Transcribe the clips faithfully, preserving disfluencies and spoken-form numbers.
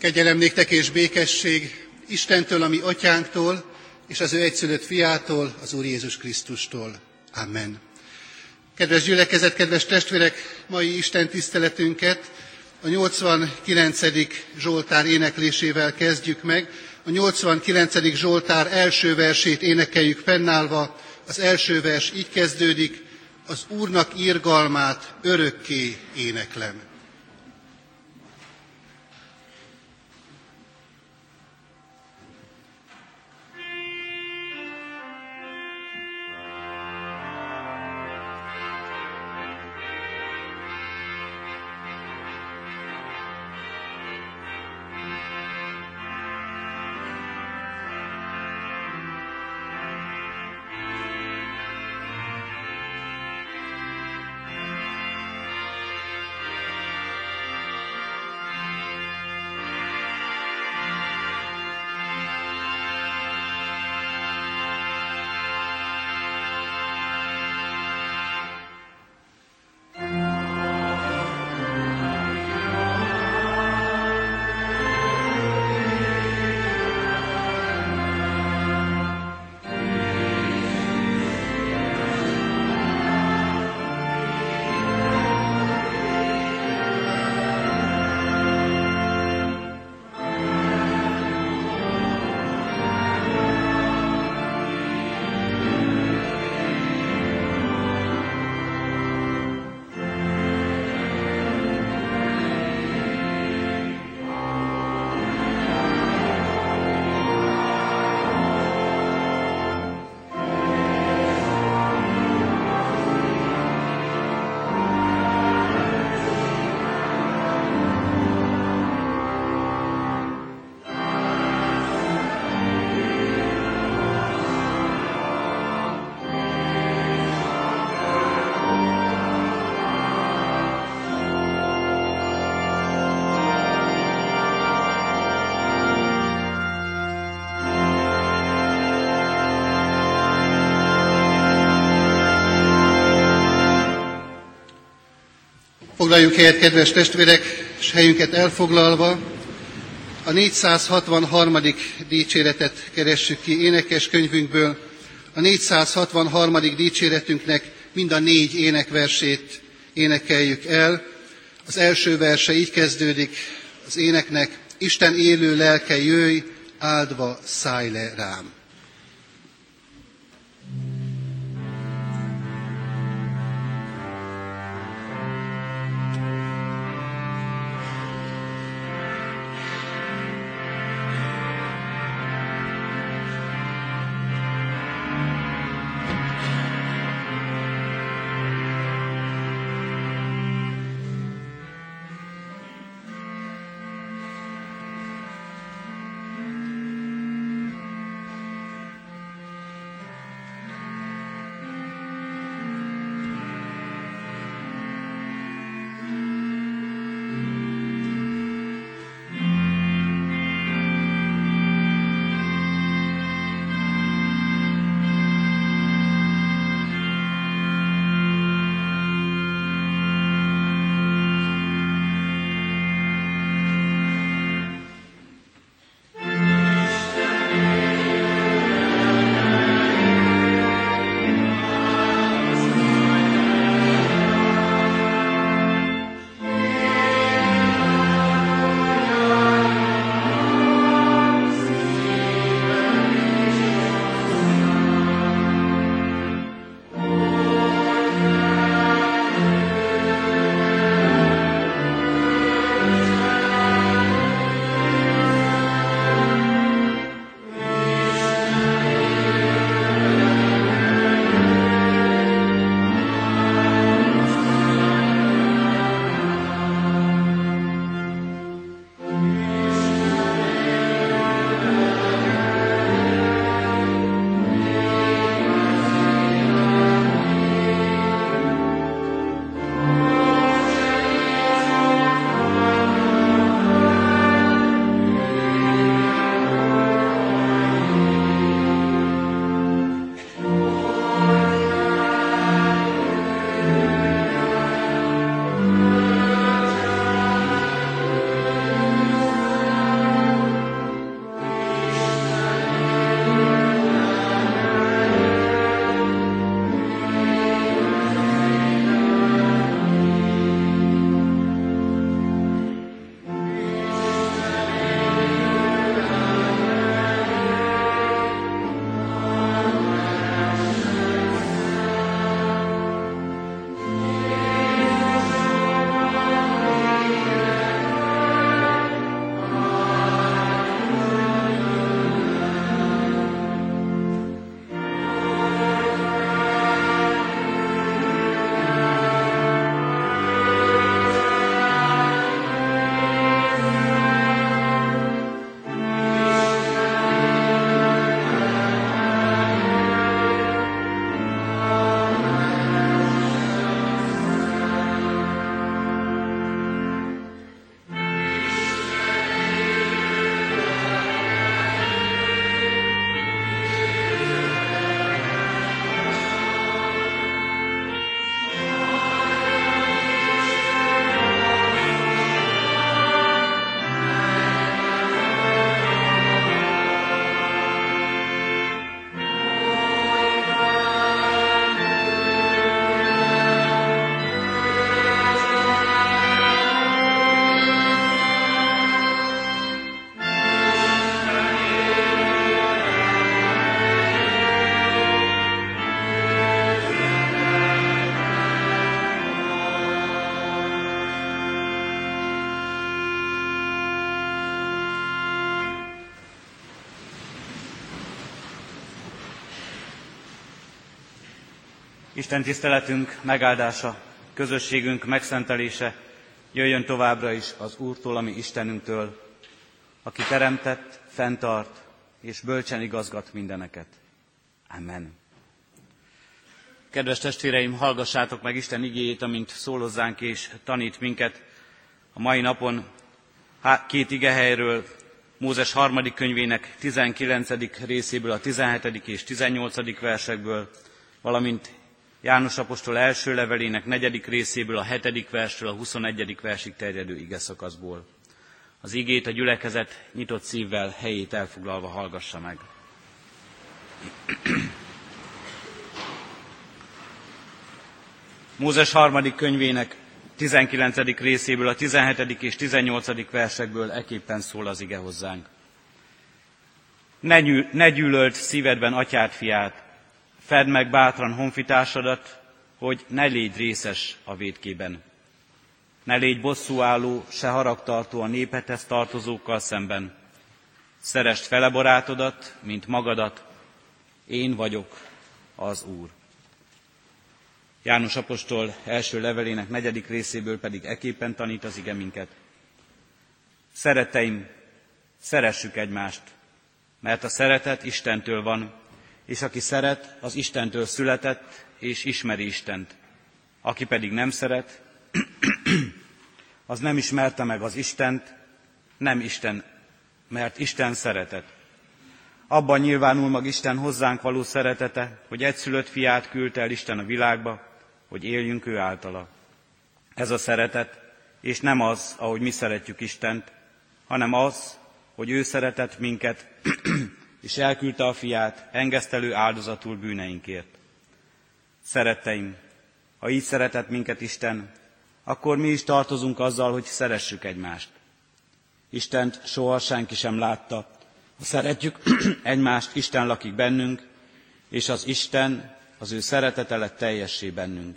Kegyelem néktek és békesség Istentől, a mi atyánktól, és az ő egyszülött fiától, az Úr Jézus Krisztustól. Amen. Kedves gyülekezet, kedves testvérek, mai Isten tiszteletünket a nyolcvankilencedik Zsoltár éneklésével kezdjük meg. A nyolcvankilencedik Zsoltár első versét énekeljük fennállva. Az első vers így kezdődik: az Úrnak irgalmát örökké éneklem. Foglaljuk helyet, kedves testvérek, és helyünket elfoglalva a négyszázhatvanharmadik dicséretet keressük ki énekeskönyvünkből. A négyszázhatvanharmadik dicséretünknek mind a négy énekversét énekeljük el. Az első verse így kezdődik az éneknek: Isten élő lelke, jöjj, áldva szállj le rám. Isten tiszteletünk megáldása, közösségünk megszentelése jöjjön továbbra is az Úrtól, ami Istenünktől, aki teremtett, fenntart és bölcsen igazgat mindeneket. Amen. Kedves testvéreim, hallgassátok meg Isten igéjét, amint szólozzánk és tanít minket. A mai napon két igehelyről, Mózes harmadik könyvének tizenkilencedik részéből, a tizenhetedik és tizennyolcadik versekből, valamint János apostol első levelének negyedik részéből, a hetedik versről a huszonegyedik versig terjedő igeszakaszból. Az igét a gyülekezet nyitott szívvel, helyét elfoglalva hallgassa meg. Mózes harmadik könyvének tizenkilencedik részéből, a tizenhetedik és tizennyolcadik versekből eképpen szól az ige hozzánk. Ne, nyű, ne gyűlöld szívedben atyád fiát, fedd meg bátran honfitársadat, hogy ne légy részes a vétkében. Ne légy bosszúálló, se haragtartó a népedhez tartozókkal szemben. Szeresd fele barátodat, mint magadat, én vagyok az Úr. János apostol első levelének negyedik részéből pedig eképpen tanít az ige minket. Szeretteim, szeressük egymást, mert a szeretet Istentől van, és aki szeret, az Istentől született, és ismeri Istent. Aki pedig nem szeret, az nem ismerte meg az Istent, nem Isten, mert Isten szeretet. Abban nyilvánul meg Isten hozzánk való szeretete, hogy egyszülött fiát küldte el Isten a világba, hogy éljünk ő általa. Ez a szeretet, és nem az, ahogy mi szeretjük Istent, hanem az, hogy ő szeretett minket, és elküldte a fiát engesztelő áldozatul bűneinkért. Szeretteim, ha így szeretett minket Isten, akkor mi is tartozunk azzal, hogy szeressük egymást. Istent soha senki sem látta. Ha szeretjük egymást, Isten lakik bennünk, és az Isten, az ő szeretete lett teljessé bennünk.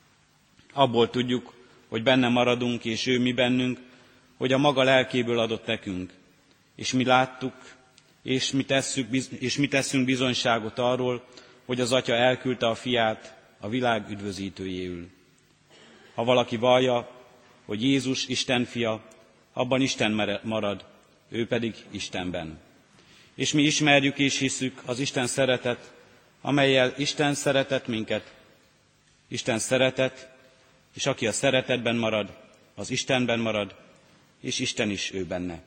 Abból tudjuk, hogy benne maradunk, és ő mi bennünk, hogy a maga lelkéből adott nekünk. És mi láttuk, és mi, tesszük, és mi teszünk bizonyságot arról, hogy az Atya elküldte a fiát a világ üdvözítőjéül. Ha valaki vallja, hogy Jézus Isten fia, abban Isten marad, ő pedig Istenben. És mi ismerjük és hiszük az Isten szeretet, amellyel Isten szeretett minket. Isten szeretet, és aki a szeretetben marad, az Istenben marad, és Isten is ő benne.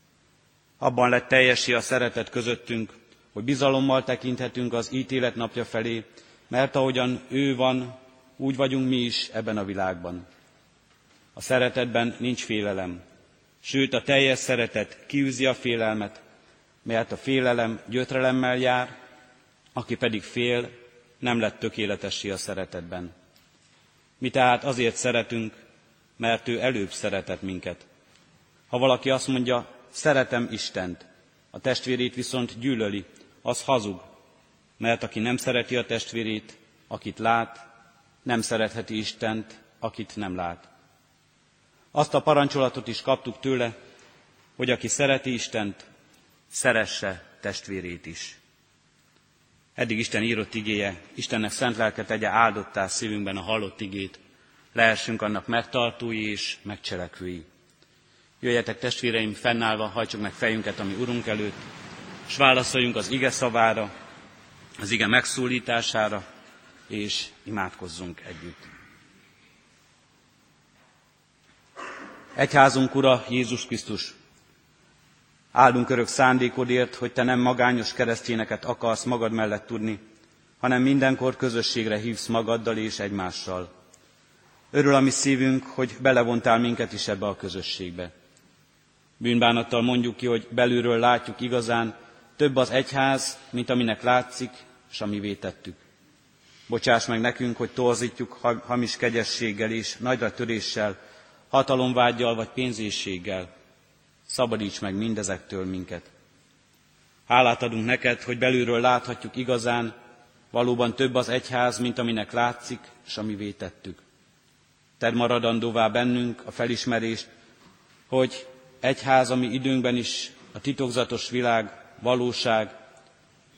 Abban lett teljessé a szeretet közöttünk, hogy bizalommal tekinthetünk az ítélet napja felé, mert ahogyan ő van, úgy vagyunk mi is ebben a világban. A szeretetben nincs félelem, sőt a teljes szeretet kiűzi a félelmet, mert a félelem gyötrelemmel jár, aki pedig fél, nem lett tökéletessé a szeretetben. Mi tehát azért szeretünk, mert ő előbb szeretett minket. Ha valaki azt mondja, szeretem Istent, a testvérét viszont gyűlöli, az hazug, mert aki nem szereti a testvérét, akit lát, nem szeretheti Istent, akit nem lát. Azt a parancsolatot is kaptuk tőle, hogy aki szereti Istent, szeresse testvérét is. Eddig Isten írott igéje, Istennek szent lelke tegye áldottá szívünkben a hallott igét, lehessünk annak megtartói és megcselekvői. Jöjjetek testvéreim, fennállva, hajtsuk meg fejünket a mi Urunk előtt, és válaszoljunk az ige szavára, az ige megszólítására, és imádkozzunk együtt. Egyházunk Ura, Jézus Krisztus, áldunk örök szándékodért, hogy Te nem magányos keresztényeket akarsz magad mellett tudni, hanem mindenkor közösségre hívsz magaddal és egymással. Örül a mi szívünk, hogy belevontál minket is ebbe a közösségbe. Bűnbánattal mondjuk ki, hogy belülről látjuk igazán, több az egyház, mint aminek látszik, és amivé tettük. Bocsáss meg nekünk, hogy torzítjuk hamis kegyességgel és nagyra töréssel, hatalomvággyal vagy pénzésséggel. Szabadíts meg mindezektől minket. Hálát adunk neked, hogy belülről láthatjuk igazán, valóban több az egyház, mint aminek látszik, és amivé tettük. Tedd maradandóvá bennünk a felismerést, hogy egyház, ami időnkben is a titokzatos világ, valóság,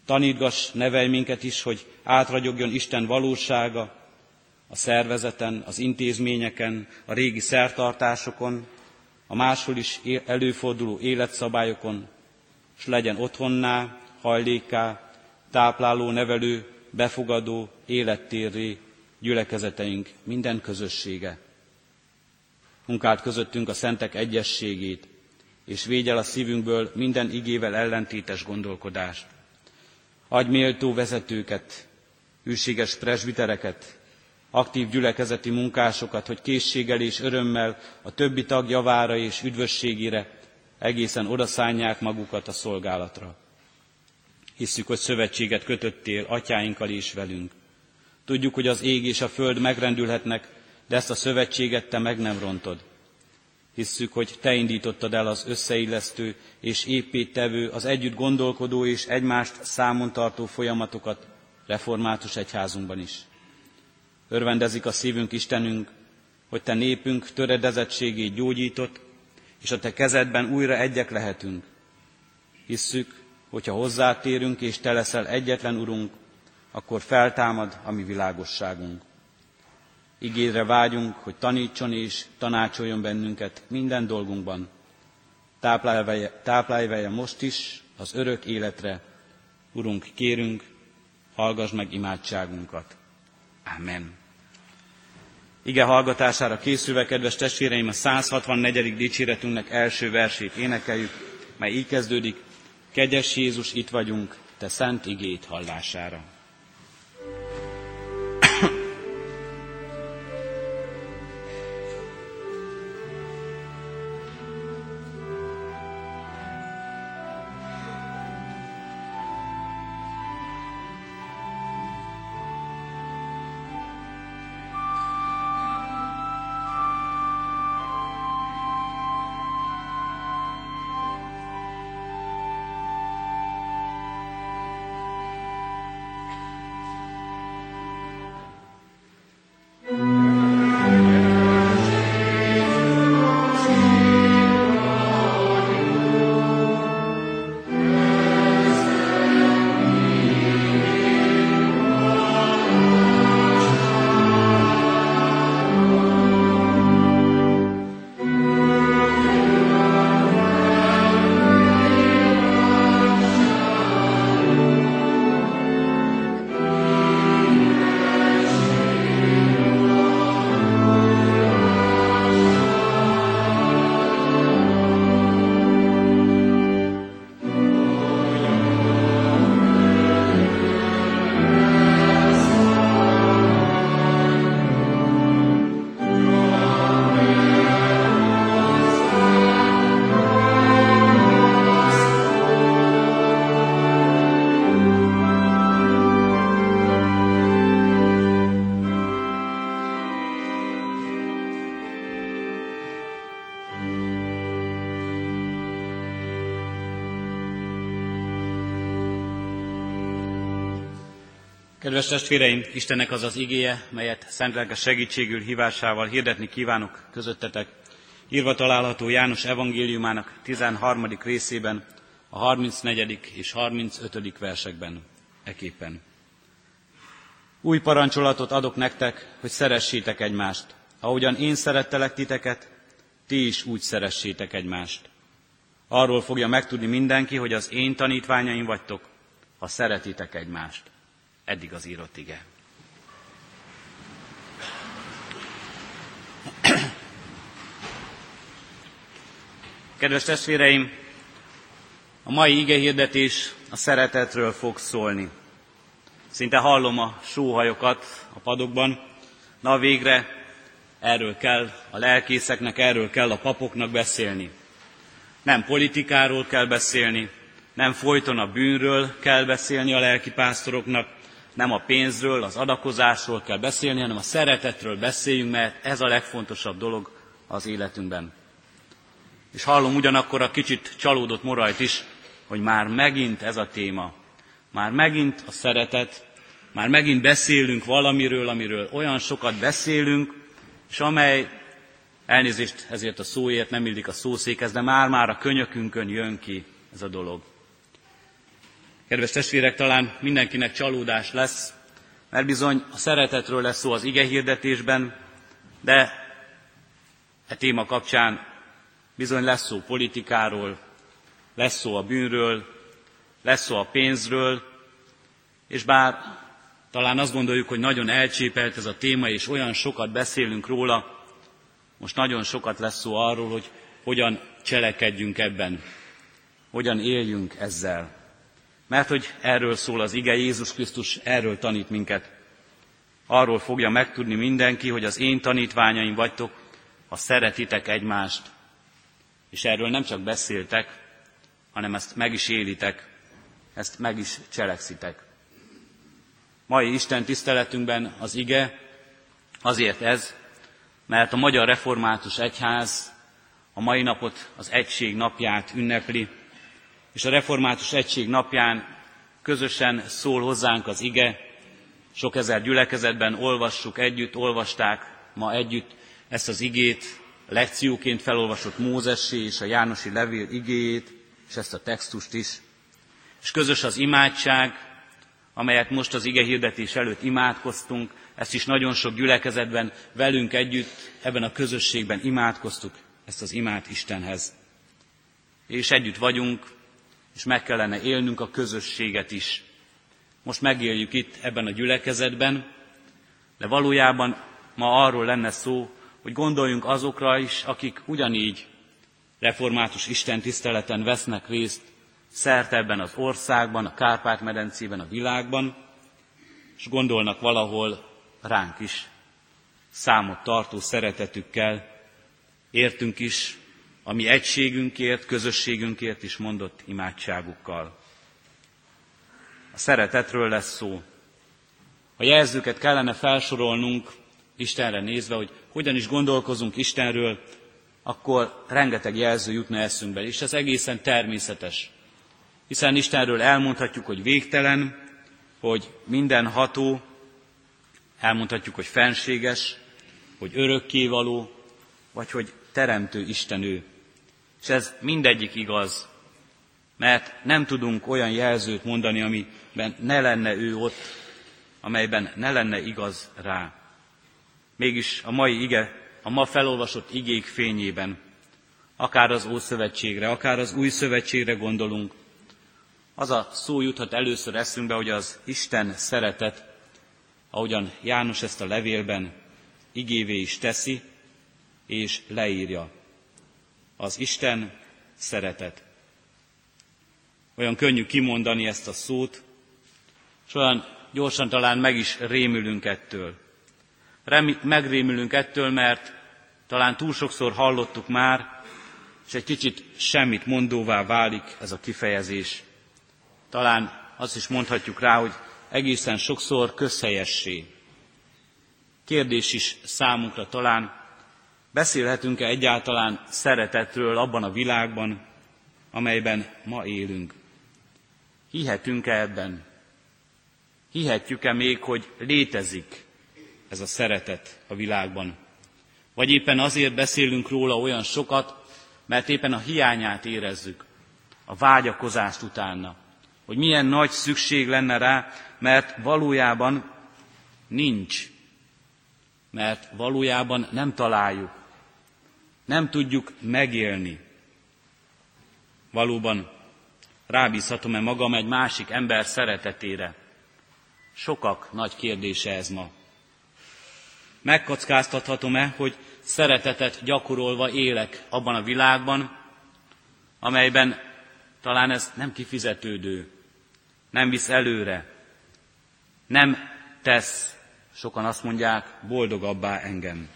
Tanítgass, nevelj minket is, hogy átragyogjon Isten valósága a szervezeten, az intézményeken, a régi szertartásokon, a máshol is előforduló életszabályokon, s legyen otthonná, hajlékká, tápláló, nevelő, befogadó, élettérré gyülekezeteink minden közössége. Munkáld közöttünk a szentek egyességét, és védj el a szívünkből minden igével ellentétes gondolkodást. Adj méltó vezetőket, hűséges presbitereket, aktív gyülekezeti munkásokat, hogy készséggel és örömmel a többi tag javára és üdvösségére egészen odaszánják magukat a szolgálatra. Hisszük, hogy szövetséget kötöttél atyáinkkal és velünk. Tudjuk, hogy az ég és a föld megrendülhetnek, de ezt a szövetséget te meg nem rontod. Hisszük, hogy te indítottad el az összeillesztő és éppé tevő, az együtt gondolkodó és egymást számon tartó folyamatokat református egyházunkban is. Örvendezik a szívünk, Istenünk, hogy te népünk töredezettségét gyógyított, és a te kezedben újra egyek lehetünk. Hisszük, hogyha hozzátérünk, és te leszel egyetlen Urunk, akkor feltámad a mi világosságunk. Igédre vágyunk, hogy tanítson és tanácsoljon bennünket minden dolgunkban. Táplálj vele most is az örök életre. Urunk, kérünk, hallgass meg imádságunkat. Ámen. Ige hallgatására készülve, kedves testvéreim, a száz hatvannegyedik dicséretünknek első versét énekeljük, mely így kezdődik: Kegyes Jézus, itt vagyunk, te szent igét hallására. Kedves testvéreim, Istennek az az igéje, melyet szent lelke segítségül hívásával hirdetni kívánok közöttetek, írva található János evangéliumának tizenharmadik részében, a harmincnegyedik és harmincötödik versekben, eképpen. Új parancsolatot adok nektek, hogy szeressétek egymást. Ahogyan én szerettelek titeket, ti is úgy szeressétek egymást. Arról fogja megtudni mindenki, hogy az én tanítványaim vagytok, ha szeretitek egymást. Eddig az írott ige. Kedves testvéreim, a mai igehirdetés a szeretetről fog szólni. Szinte hallom a sóhajokat a padokban. Na végre erről kell a lelkészeknek, erről kell a papoknak beszélni. Nem politikáról kell beszélni, nem folyton a bűnről kell beszélni a lelkipásztoroknak, nem a pénzről, az adakozásról kell beszélni, hanem a szeretetről beszéljünk, mert ez a legfontosabb dolog az életünkben. És hallom ugyanakkor a kicsit csalódott morajt is, hogy már megint ez a téma, már megint a szeretet, már megint beszélünk valamiről, amiről olyan sokat beszélünk, és amely, elnézést ezért a szóért, nem illik a szószékhez, de már-már a könyökünkön jön ki ez a dolog. Kedves testvérek, talán mindenkinek csalódás lesz, mert bizony a szeretetről lesz szó az igehirdetésben, de e téma kapcsán bizony lesz szó politikáról, lesz szó a bűnről, lesz szó a pénzről, és bár talán azt gondoljuk, hogy nagyon elcsépelt ez a téma, és olyan sokat beszélünk róla, most nagyon sokat lesz szó arról, hogy hogyan cselekedjünk ebben, hogyan éljünk ezzel. Mert hogy erről szól az ige, Jézus Krisztus erről tanít minket. Arról fogja megtudni mindenki, hogy az én tanítványaim vagytok, ha szeretitek egymást. És erről nem csak beszéltek, hanem ezt meg is élitek, ezt meg is cselekszitek. Mai Isten tiszteletünkben az ige azért ez, mert a Magyar Református Egyház a mai napot, az Egység napját ünnepli, és a Református Egység napján közösen szól hozzánk az ige, sok ezer gyülekezetben olvassuk együtt, olvasták ma együtt ezt az igét, lekcióként felolvasott Mózessé és a Jánosi levél igéjét, és ezt a textust is. És közös az imádság, amelyet most az igehirdetés előtt imádkoztunk, ezt is nagyon sok gyülekezetben velünk együtt, ebben a közösségben imádkoztuk, ezt az imát Istenhez. És együtt vagyunk, és meg kellene élnünk a közösséget is. Most megéljük itt ebben a gyülekezetben, de valójában ma arról lenne szó, hogy gondoljunk azokra is, akik ugyanígy református istentiszteleten vesznek részt szerte ebben az országban, a Kárpát-medencében, a világban, és gondolnak valahol ránk is, számot tartó szeretetükkel, értünk is, a mi egységünkért, közösségünkért is mondott imádságukkal. A szeretetről lesz szó. A jelzőket kellene felsorolnunk Istenre nézve, hogy hogyan is gondolkozunk Istenről, akkor rengeteg jelző jutna eszünkbe, és ez egészen természetes. Hiszen Istenről elmondhatjuk, hogy végtelen, hogy mindenható, elmondhatjuk, hogy fenséges, hogy örökkévaló, vagy hogy teremtő Isten ő. És ez mindegyik igaz, mert nem tudunk olyan jelzőt mondani, amiben ne lenne ő ott, amelyben ne lenne igaz rá. Mégis a mai ige, a ma felolvasott igék fényében, akár az Ószövetségre, akár az Új Szövetségre gondolunk, az a szó juthat először eszünkbe, hogy az Isten szeretet, ahogyan János ezt a levélben igévé is teszi, és leírja. Az Isten szeretet. Olyan könnyű kimondani ezt a szót, és olyan gyorsan talán meg is rémülünk ettől. Remi- megrémülünk ettől, mert talán túl sokszor hallottuk már, és egy kicsit semmit mondóvá válik ez a kifejezés. Talán azt is mondhatjuk rá, hogy egészen sokszor közhelyessé. Kérdés is számunkra talán, beszélhetünk-e egyáltalán szeretetről abban a világban, amelyben ma élünk? Hihetünk-e ebben? Hihetjük-e még, hogy létezik ez a szeretet a világban? Vagy éppen azért beszélünk róla olyan sokat, mert éppen a hiányát érezzük, a vágyakozást utána, hogy milyen nagy szükség lenne rá, mert valójában nincs, mert valójában nem találjuk, nem tudjuk megélni. Valóban rábízhatom-e magam egy másik ember szeretetére? Sokak nagy kérdése ez ma. Megkockáztathatom-e, hogy szeretetet gyakorolva élek abban a világban, amelyben talán ez nem kifizetődő, nem visz előre, nem tesz, sokan azt mondják, boldogabbá engem.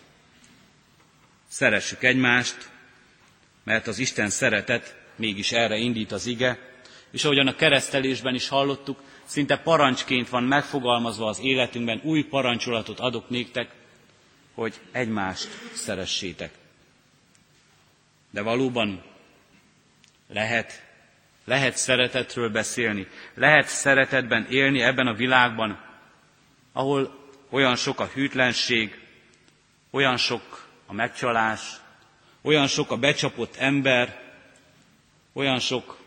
Szeressük egymást, mert az Isten szeretet mégis erre indít az ige, és ahogyan a keresztelésben is hallottuk, szinte parancsként van megfogalmazva az életünkben, új parancsolatot adok néktek, hogy egymást szeressétek. De valóban lehet, lehet szeretetről beszélni, lehet szeretetben élni ebben a világban, ahol olyan sok a hűtlenség, olyan sok a megcsalás, olyan sok a becsapott ember, olyan sok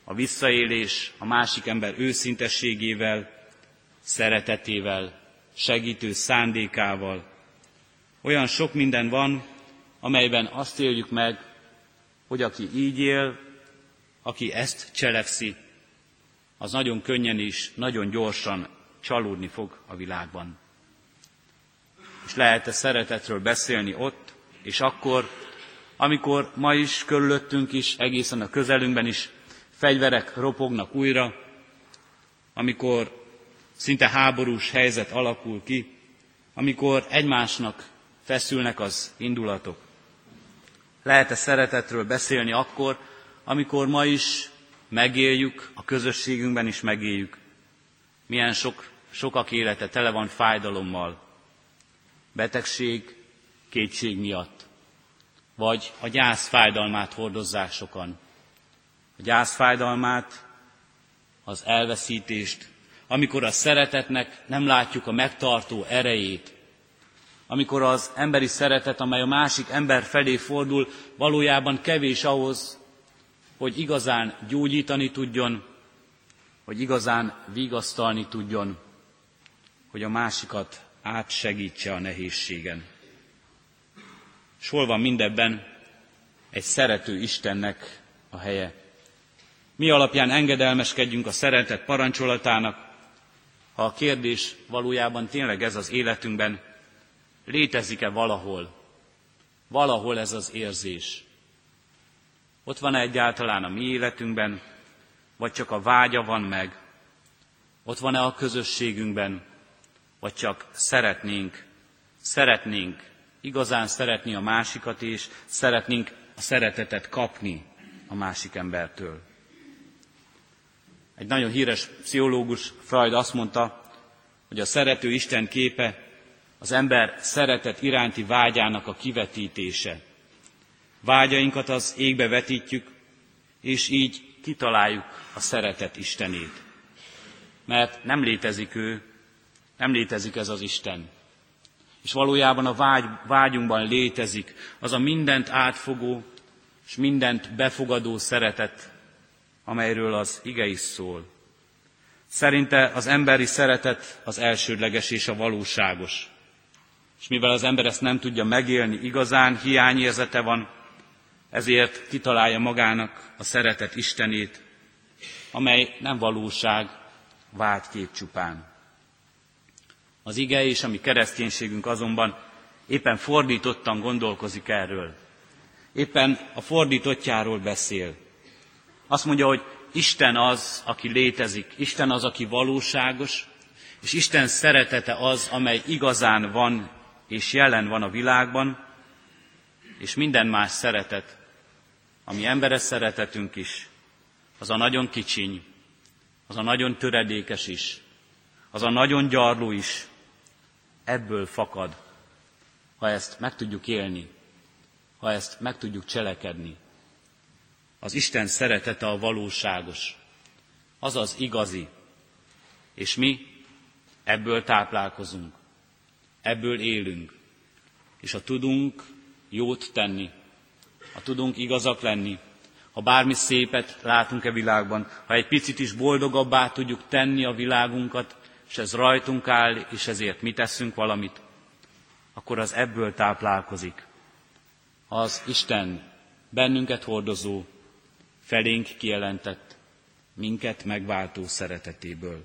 a visszaélés a másik ember őszintességével, szeretetével, segítő szándékával. Olyan sok minden van, amelyben azt éljük meg, hogy aki így él, aki ezt cselekszi, az nagyon könnyen és nagyon gyorsan csalódni fog a világban. És lehet-e szeretetről beszélni ott, és akkor, amikor ma is körülöttünk is, egészen a közelünkben is fegyverek ropognak újra, amikor szinte háborús helyzet alakul ki, amikor egymásnak feszülnek az indulatok. Lehet-e szeretetről beszélni akkor, amikor ma is megéljük, a közösségünkben is megéljük, milyen sok, sokak élete tele van fájdalommal, betegség, kétség miatt, vagy a gyász fájdalmát hordozzák sokan. A gyász fájdalmát, az elveszítést, amikor a szeretetnek nem látjuk a megtartó erejét, amikor az emberi szeretet, amely a másik ember felé fordul, valójában kevés ahhoz, hogy igazán gyógyítani tudjon, hogy igazán vigasztalni tudjon, hogy a másikat átsegítse a nehézségen. És hol van mindebben egy szerető Istennek a helye? Mi alapján engedelmeskedjünk a szeretet parancsolatának, ha a kérdés valójában tényleg ez az életünkben, létezik-e valahol, valahol ez az érzés? Ott van-e egyáltalán a mi életünkben, vagy csak a vágya van meg? Ott van-e a közösségünkben, vagy csak szeretnénk, szeretnénk igazán szeretni a másikat, és szeretnénk a szeretetet kapni a másik embertől? Egy nagyon híres pszichológus, Freud azt mondta, hogy a szerető Isten képe az ember szeretet iránti vágyának a kivetítése. Vágyainkat az égbe vetítjük, és így kitaláljuk a szeretet Istenét. Mert nem létezik ő, nem létezik ez az Isten. És valójában a vágy, vágyunkban létezik az a mindent átfogó és mindent befogadó szeretet, amelyről az ige is szól. Szerinte az emberi szeretet az elsődleges és a valóságos. És mivel az ember ezt nem tudja megélni, igazán hiányérzete van, ezért kitalálja magának a szeretet Istenét, amely nem valóság, vágykép csupán. Az ige és a mi kereszténységünk azonban éppen fordítottan gondolkozik erről. Éppen a fordítottjáról beszél. Azt mondja, hogy Isten az, aki létezik, Isten az, aki valóságos, és Isten szeretete az, amely igazán van és jelen van a világban, és minden más szeretet, ami emberes szeretetünk is, az a nagyon kicsiny, az a nagyon töredékes is, az a nagyon gyarló is, ebből fakad, ha ezt meg tudjuk élni, ha ezt meg tudjuk cselekedni. Az Isten szeretete a valóságos, az az igazi, és mi ebből táplálkozunk, ebből élünk, és ha tudunk jót tenni, ha tudunk igazak lenni, ha bármi szépet látunk-e világban, ha egy picit is boldogabbá tudjuk tenni a világunkat, és ez rajtunk áll, és ezért mi teszünk valamit, akkor az ebből táplálkozik. Az Isten bennünket hordozó, felénk kijelentett, minket megváltó szeretetéből.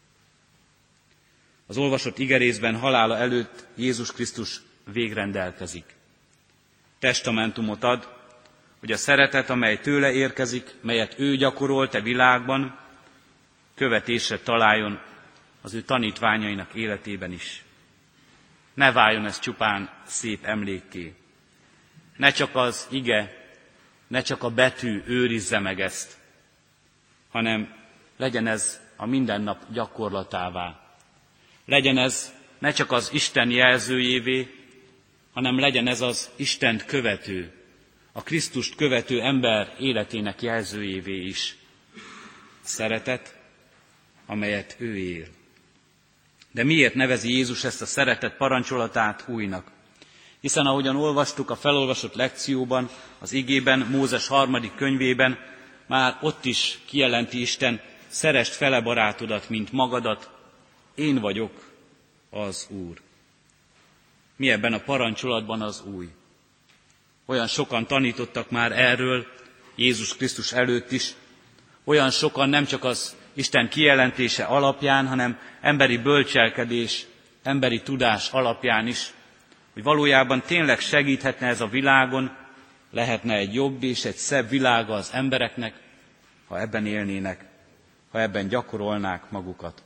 Az olvasott igerészben halála előtt Jézus Krisztus végrendelkezik. Testamentumot ad, hogy a szeretet, amely tőle érkezik, melyet ő gyakorolt a világban, követésre találjon az ő tanítványainak életében is. Ne váljon ez csupán szép emlékké. Ne csak az ige, ne csak a betű őrizze meg ezt, hanem legyen ez a mindennap gyakorlatává. Legyen ez ne csak az Isten jelzőjévé, hanem legyen ez az Istent követő, a Krisztust követő ember életének jelzőjévé is. Szeretet, amelyet ő él. De miért nevezi Jézus ezt a szeretet parancsolatát újnak? Hiszen ahogyan olvastuk a felolvasott lekcióban, az igében, Mózes harmadik könyvében, már ott is kijelenti Isten, szeresd fele barátodat, mint magadat, én vagyok az Úr. Mi ebben a parancsolatban az új? Olyan sokan tanítottak már erről, Jézus Krisztus előtt is, olyan sokan nem csak az Isten kijelentése alapján, hanem emberi bölcselkedés, emberi tudás alapján is, hogy valójában tényleg segíthetne ez a világon, lehetne egy jobb és egy szebb világa az embereknek, ha ebben élnének, ha ebben gyakorolnák magukat.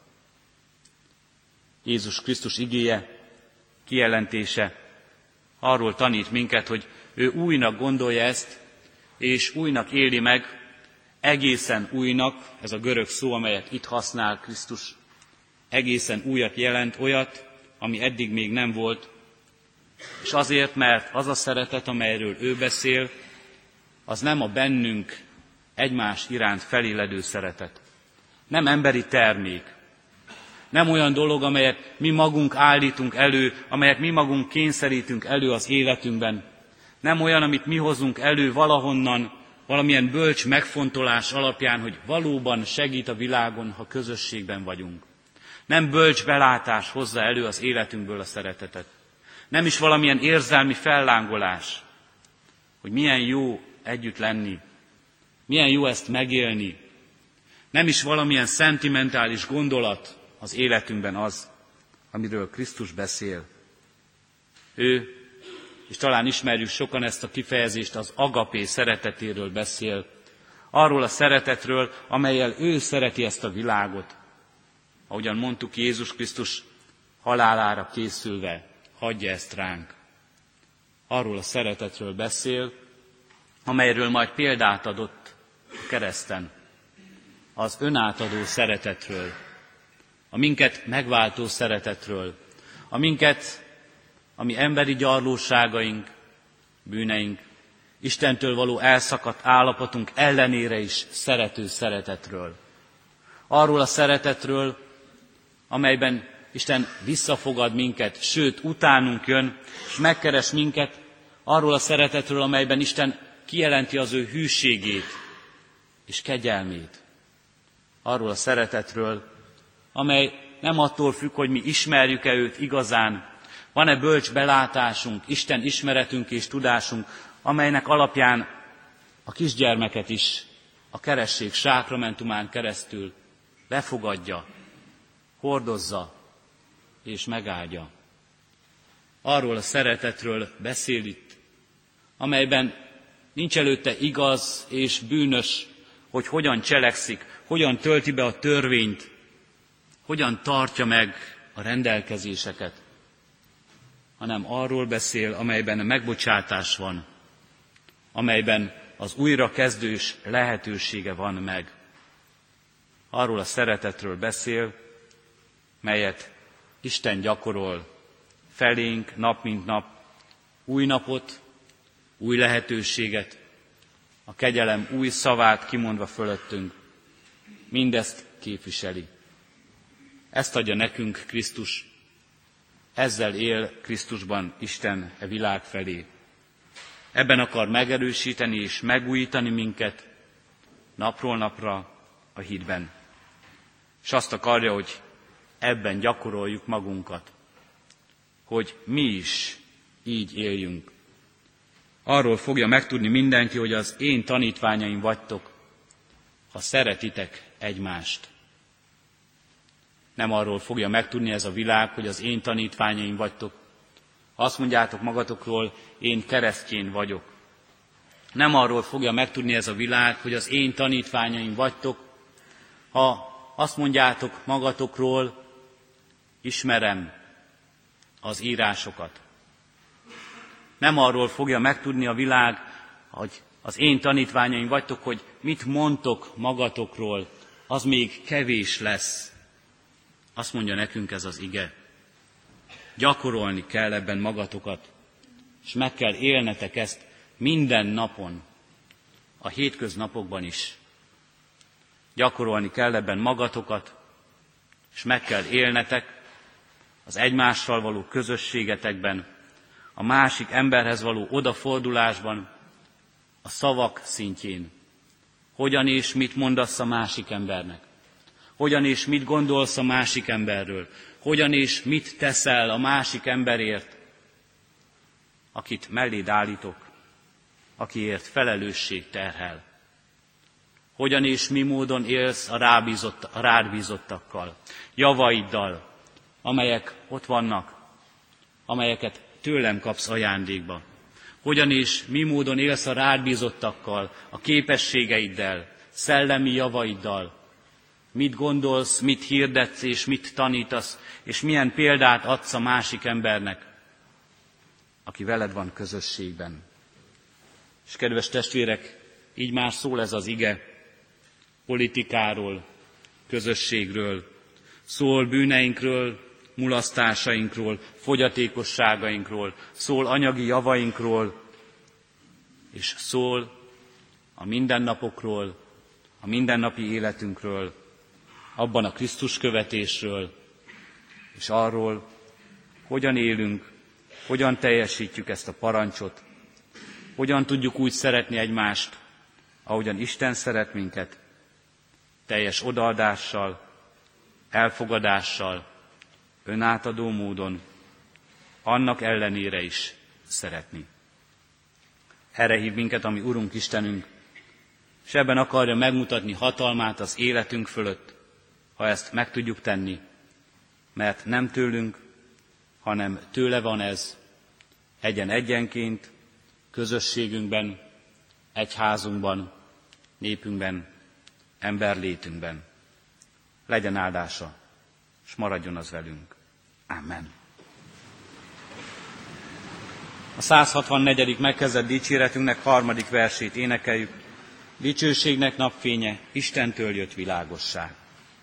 Jézus Krisztus igéje, kijelentése arról tanít minket, hogy ő újnak gondolja ezt, és újnak éli meg, egészen újnak, ez a görög szó, amelyet itt használ Krisztus, egészen újat jelent, olyat, ami eddig még nem volt, és azért, mert az a szeretet, amelyről ő beszél, az nem a bennünk egymás iránt feléledő szeretet. Nem emberi termék. Nem olyan dolog, amelyet mi magunk állítunk elő, amelyet mi magunk kényszerítünk elő az életünkben. Nem olyan, amit mi hozunk elő valahonnan, valamilyen bölcs megfontolás alapján, hogy valóban segít a világon, ha közösségben vagyunk. Nem bölcs belátás hozza elő az életünkből a szeretetet. Nem is valamilyen érzelmi fellángolás, hogy milyen jó együtt lenni, milyen jó ezt megélni. Nem is valamilyen szentimentális gondolat az életünkben az, amiről Krisztus beszél. Ő, és talán ismerjük sokan ezt a kifejezést, az agapé szeretetéről beszél, arról a szeretetről, amellyel ő szereti ezt a világot. Ahogyan mondtuk, Jézus Krisztus halálára készülve hagyja ezt ránk. Arról a szeretetről beszél, amelyről majd példát adott a kereszten. Az önátadó szeretetről, a minket megváltó szeretetről, a minket, ami emberi gyarlóságaink, bűneink, Istentől való elszakadt állapotunk ellenére is szerető szeretetről. Arról a szeretetről, amelyben Isten visszafogad minket, sőt, utánunk jön, és megkeres minket, arról a szeretetről, amelyben Isten kijelenti az ő hűségét és kegyelmét. Arról a szeretetről, amely nem attól függ, hogy mi ismerjük-e őt igazán, van-e bölcs belátásunk, Isten ismeretünk és tudásunk, amelynek alapján a kisgyermeket is a keresztség sákramentumán keresztül befogadja, hordozza és megáldja. Arról a szeretetről beszél itt, amelyben nincs előtte igaz és bűnös, hogy hogyan cselekszik, hogyan tölti be a törvényt, hogyan tartja meg a rendelkezéseket, hanem arról beszél, amelyben a megbocsátás van, amelyben az újrakezdős lehetősége van meg. Arról a szeretetről beszél, melyet Isten gyakorol felénk nap mint nap, új napot, új lehetőséget, a kegyelem új szavát kimondva fölöttünk. Mindezt képviseli. Ezt adja nekünk Krisztus, ezzel él Krisztusban Isten e világ felé. Ebben akar megerősíteni és megújítani minket napról napra a hitben. És azt akarja, hogy ebben gyakoroljuk magunkat, hogy mi is így éljünk. Arról fogja megtudni mindenki, hogy az én tanítványaim vagytok, ha szeretitek egymást. Nem arról fogja megtudni ez a világ, hogy az én tanítványaim vagytok. Azt mondjátok magatokról, én keresztjén vagyok. Nem arról fogja megtudni ez a világ, hogy az én tanítványaim vagytok, ha azt mondjátok magatokról, ismerem az írásokat. Nem arról fogja megtudni a világ, hogy az én tanítványaim vagytok, hogy mit mondtok magatokról, az még kevés lesz. Azt mondja nekünk ez az ige. Gyakorolni kell ebben magatokat, és meg kell élnetek ezt minden napon, a hétköznapokban is. Gyakorolni kell ebben magatokat, és meg kell élnetek az egymással való közösségetekben, a másik emberhez való odafordulásban, a szavak szintjén, hogyan és mit mondasz a másik embernek, hogyan és mit gondolsz a másik emberről, hogyan és mit teszel a másik emberért, akit melléd állítok, akiért felelősség terhel. Hogyan és mi módon élsz a, rábízott, a rád bízottakkal, javaiddal, amelyek ott vannak, amelyeket tőlem kapsz ajándékba. Hogyan és mi módon élsz a rád bízottakkal, a képességeiddel, szellemi javaiddal. Mit gondolsz, mit hirdetsz és mit tanítasz, és milyen példát adsz a másik embernek, aki veled van közösségben. És kedves testvérek, így már szól ez az ige, politikáról, közösségről, szól bűneinkről, mulasztásainkról, fogyatékosságainkról, szól anyagi javainkról, és szól a mindennapokról, a mindennapi életünkről, abban a Krisztus követésről, és arról, hogyan élünk, hogyan teljesítjük ezt a parancsot, hogyan tudjuk úgy szeretni egymást, ahogyan Isten szeret minket, teljes odaadással, elfogadással, önátadó módon, annak ellenére is szeretni. Erre hív minket a mi Urunk Istenünk, és ebben akarja megmutatni hatalmát az életünk fölött, ha ezt meg tudjuk tenni, mert nem tőlünk, hanem tőle van ez, egyen-egyenként, közösségünkben, egyházunkban, népünkben, emberlétünkben. Legyen áldása, és maradjon az velünk. Amen. A száz hatvannegyedik megkezdett dicséretünknek harmadik versét énekeljük. Dicsőségnek napfénye, Istentől jött világosság.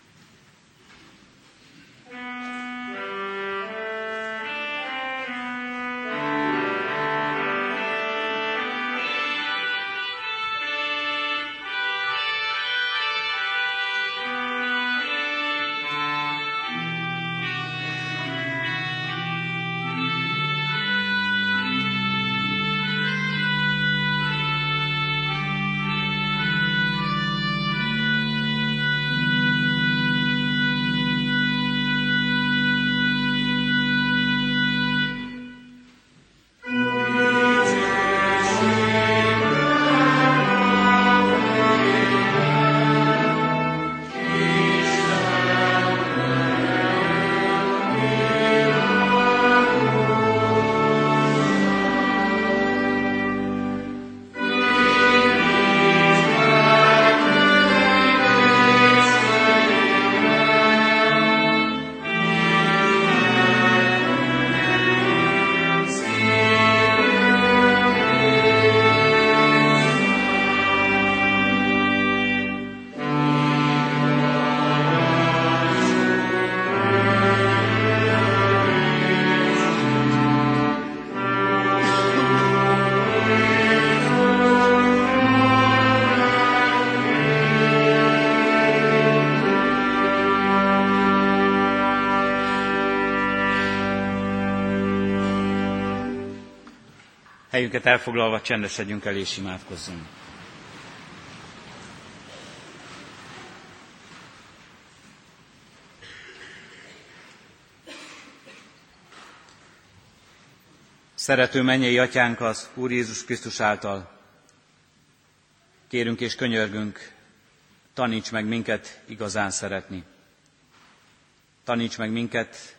Helyünket elfoglalva csendesedjünk el és imádkozzunk. Szerető mennyei Atyánk, az Úr Jézus Krisztus által kérünk és könyörgünk, taníts meg minket igazán szeretni. Taníts meg minket,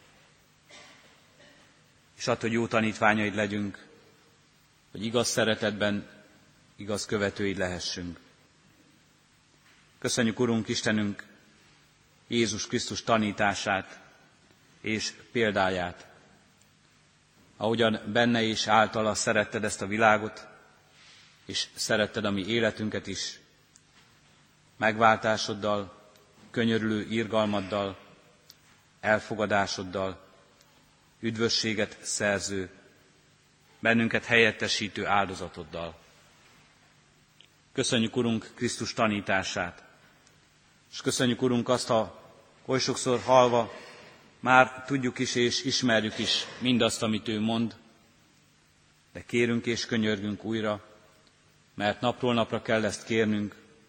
és add, hogy jó tanítványaid legyünk, hogy igaz szeretetben, igaz követőid lehessünk. Köszönjük, Urunk Istenünk, Jézus Krisztus tanítását és példáját, ahogyan benne és általa szeretted ezt a világot, és szeretted a mi életünket is, megváltásoddal, könyörülő irgalmaddal, elfogadásoddal, üdvösséget szerző, bennünket helyettesítő áldozatoddal. Köszönjük, Urunk, Krisztus tanítását, és köszönjük, Urunk, azt, ha oly sokszor hallva már tudjuk is és ismerjük is mindazt, amit ő mond, de kérünk és könyörgünk újra, mert napról napra kell ezt kérnünk,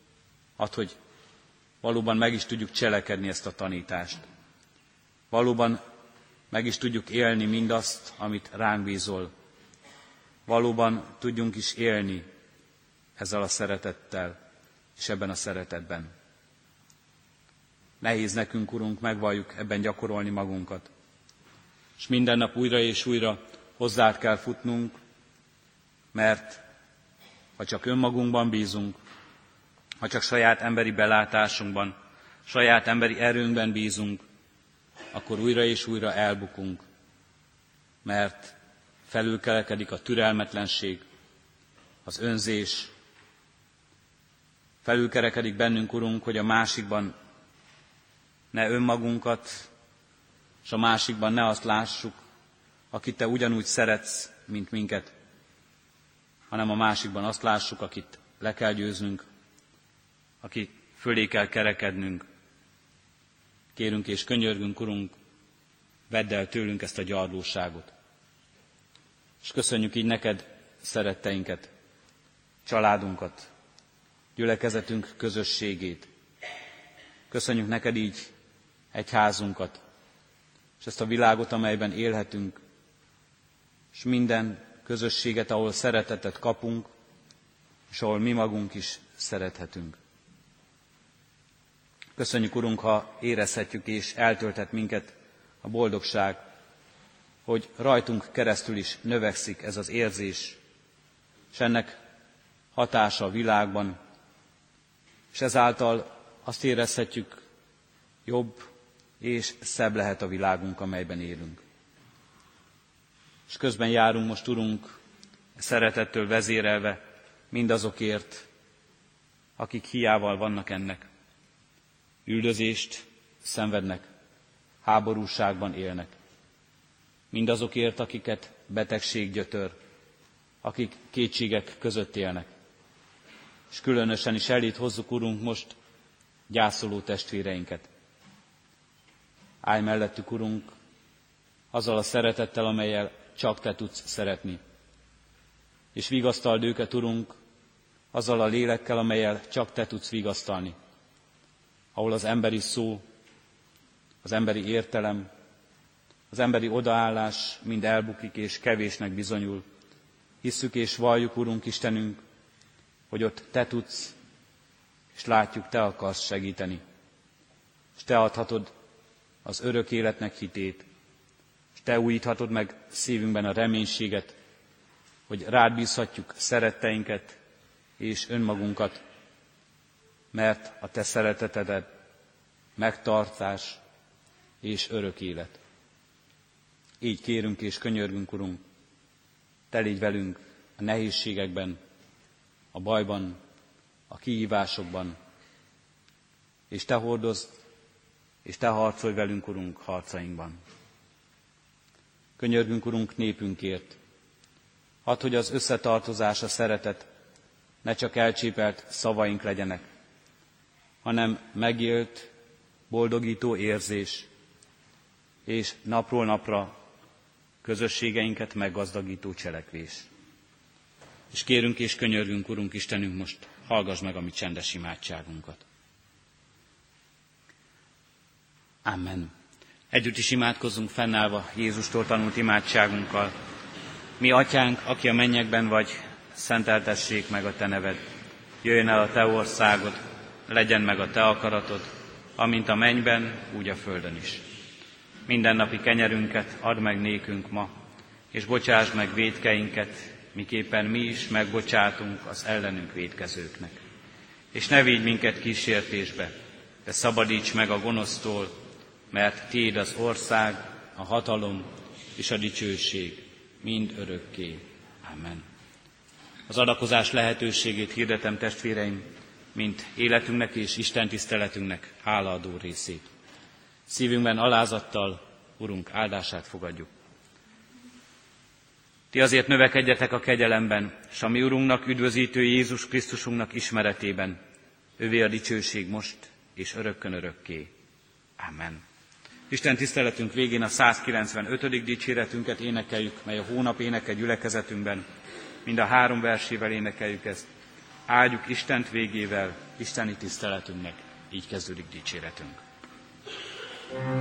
Add, hogy valóban meg is tudjuk cselekedni ezt a tanítást. Valóban meg is tudjuk élni mindazt, amit ránk bízol. Valóban tudjunk is élni ezzel a szeretettel, és ebben a szeretetben. Nehéz nekünk, Urunk, megvalljuk ebben gyakorolni magunkat. És minden nap újra és újra hozzád kell futnunk, mert ha csak önmagunkban bízunk, ha csak saját emberi belátásunkban, saját emberi erőnkben bízunk, akkor újra és újra elbukunk, mert felülkelekedik a türelmetlenség, az önzés, felülkerekedik bennünk, Urunk, hogy a másikban ne önmagunkat, és a másikban ne azt lássuk, akit Te ugyanúgy szeretsz, mint minket, hanem a másikban azt lássuk, akit le kell győznünk, akit fölé kell kerekednünk. Kérünk és könyörgünk, Urunk, vedd el tőlünk ezt a gyarlóságot. És köszönjük így neked szeretteinket, családunkat, gyülekezetünk közösségét. Köszönjük neked így egyházunkat, és ezt a világot, amelyben élhetünk, és minden közösséget, ahol szeretetet kapunk, és ahol mi magunk is szerethetünk. Köszönjük, Urunk, ha érezhetjük és eltölthet minket a boldogság, hogy rajtunk keresztül is növekszik ez az érzés, és ennek hatása a világban, és ezáltal azt érezhetjük, jobb és szebb lehet a világunk, amelyben élünk. És közben járunk most, Urunk, szeretettől vezérelve mindazokért, akik hiával vannak ennek. Üldözést szenvednek, háborúságban élnek. Mindazokért, akiket betegség gyötör, akik kétségek között élnek. És különösen is elét hozzuk, Urunk, most gyászoló testvéreinket. Állj mellettük, Urunk, azzal a szeretettel, amellyel csak Te tudsz szeretni. És vigasztald őket, Urunk, azzal a lélekkel, amellyel csak Te tudsz vigasztalni. Ahol az emberi szó, az emberi értelem, az emberi odaállás mind elbukik és kevésnek bizonyul. Hisszük és valljuk, Urunk Istenünk, hogy ott Te tudsz, és látjuk, Te akarsz segíteni. És Te adhatod az örök életnek hitét, és Te újíthatod meg szívünkben a reménységet, hogy rád bízhatjuk szeretteinket és önmagunkat, mert a Te szereteted megtartás és örök élet. Így kérünk és könyörgünk, Urunk, Te légy velünk a nehézségekben, a bajban, a kihívásokban, és Te hordozd, és Te harcolj velünk, Urunk, harcainkban. Könyörgünk, Urunk, népünkért. Add, hogy az összetartozás, a szeretet ne csak elcsépelt szavaink legyenek, hanem megélt, boldogító érzés, és napról napra közösségeinket meggazdagító cselekvés. És kérünk és könyörgünk, Urunk Istenünk, most hallgass meg a mi csendes imádságunkat. Amen. Együtt is imádkozzunk fennállva Jézustól tanult imádságunkkal. Mi Atyánk, aki a mennyekben vagy, szenteltessék meg a Te neved. Jöjjön el a Te országod, legyen meg a Te akaratod, amint a mennyben, úgy a földön is. Mindennapi kenyerünket add meg nékünk ma, és bocsásd meg vétkeinket, miképpen mi is megbocsátunk az ellenünk vétkezőknek. És ne vigy minket kísértésbe, de szabadíts meg a gonosztól, mert Tiéd az ország, a hatalom és a dicsőség mind örökké. Amen. Az adakozás lehetőségét hirdetem, testvéreim, mint életünknek és Isten tiszteletünknek hálaadó részét. Szívünkben alázattal Urunk áldását fogadjuk. Ti azért növekedjetek a kegyelemben, s a mi Urunknak, üdvözítő Jézus Krisztusunknak ismeretében. Övé a dicsőség most és örökkön örökké. Amen. Isten tiszteletünk végén a százkilencvenötödik dicséretünket énekeljük, mely a hónap éneke gyülekezetünkben. Mind a három versével énekeljük ezt. áldjuk Istent végével, isteni tiszteletünknek, így kezdődik dicséretünk.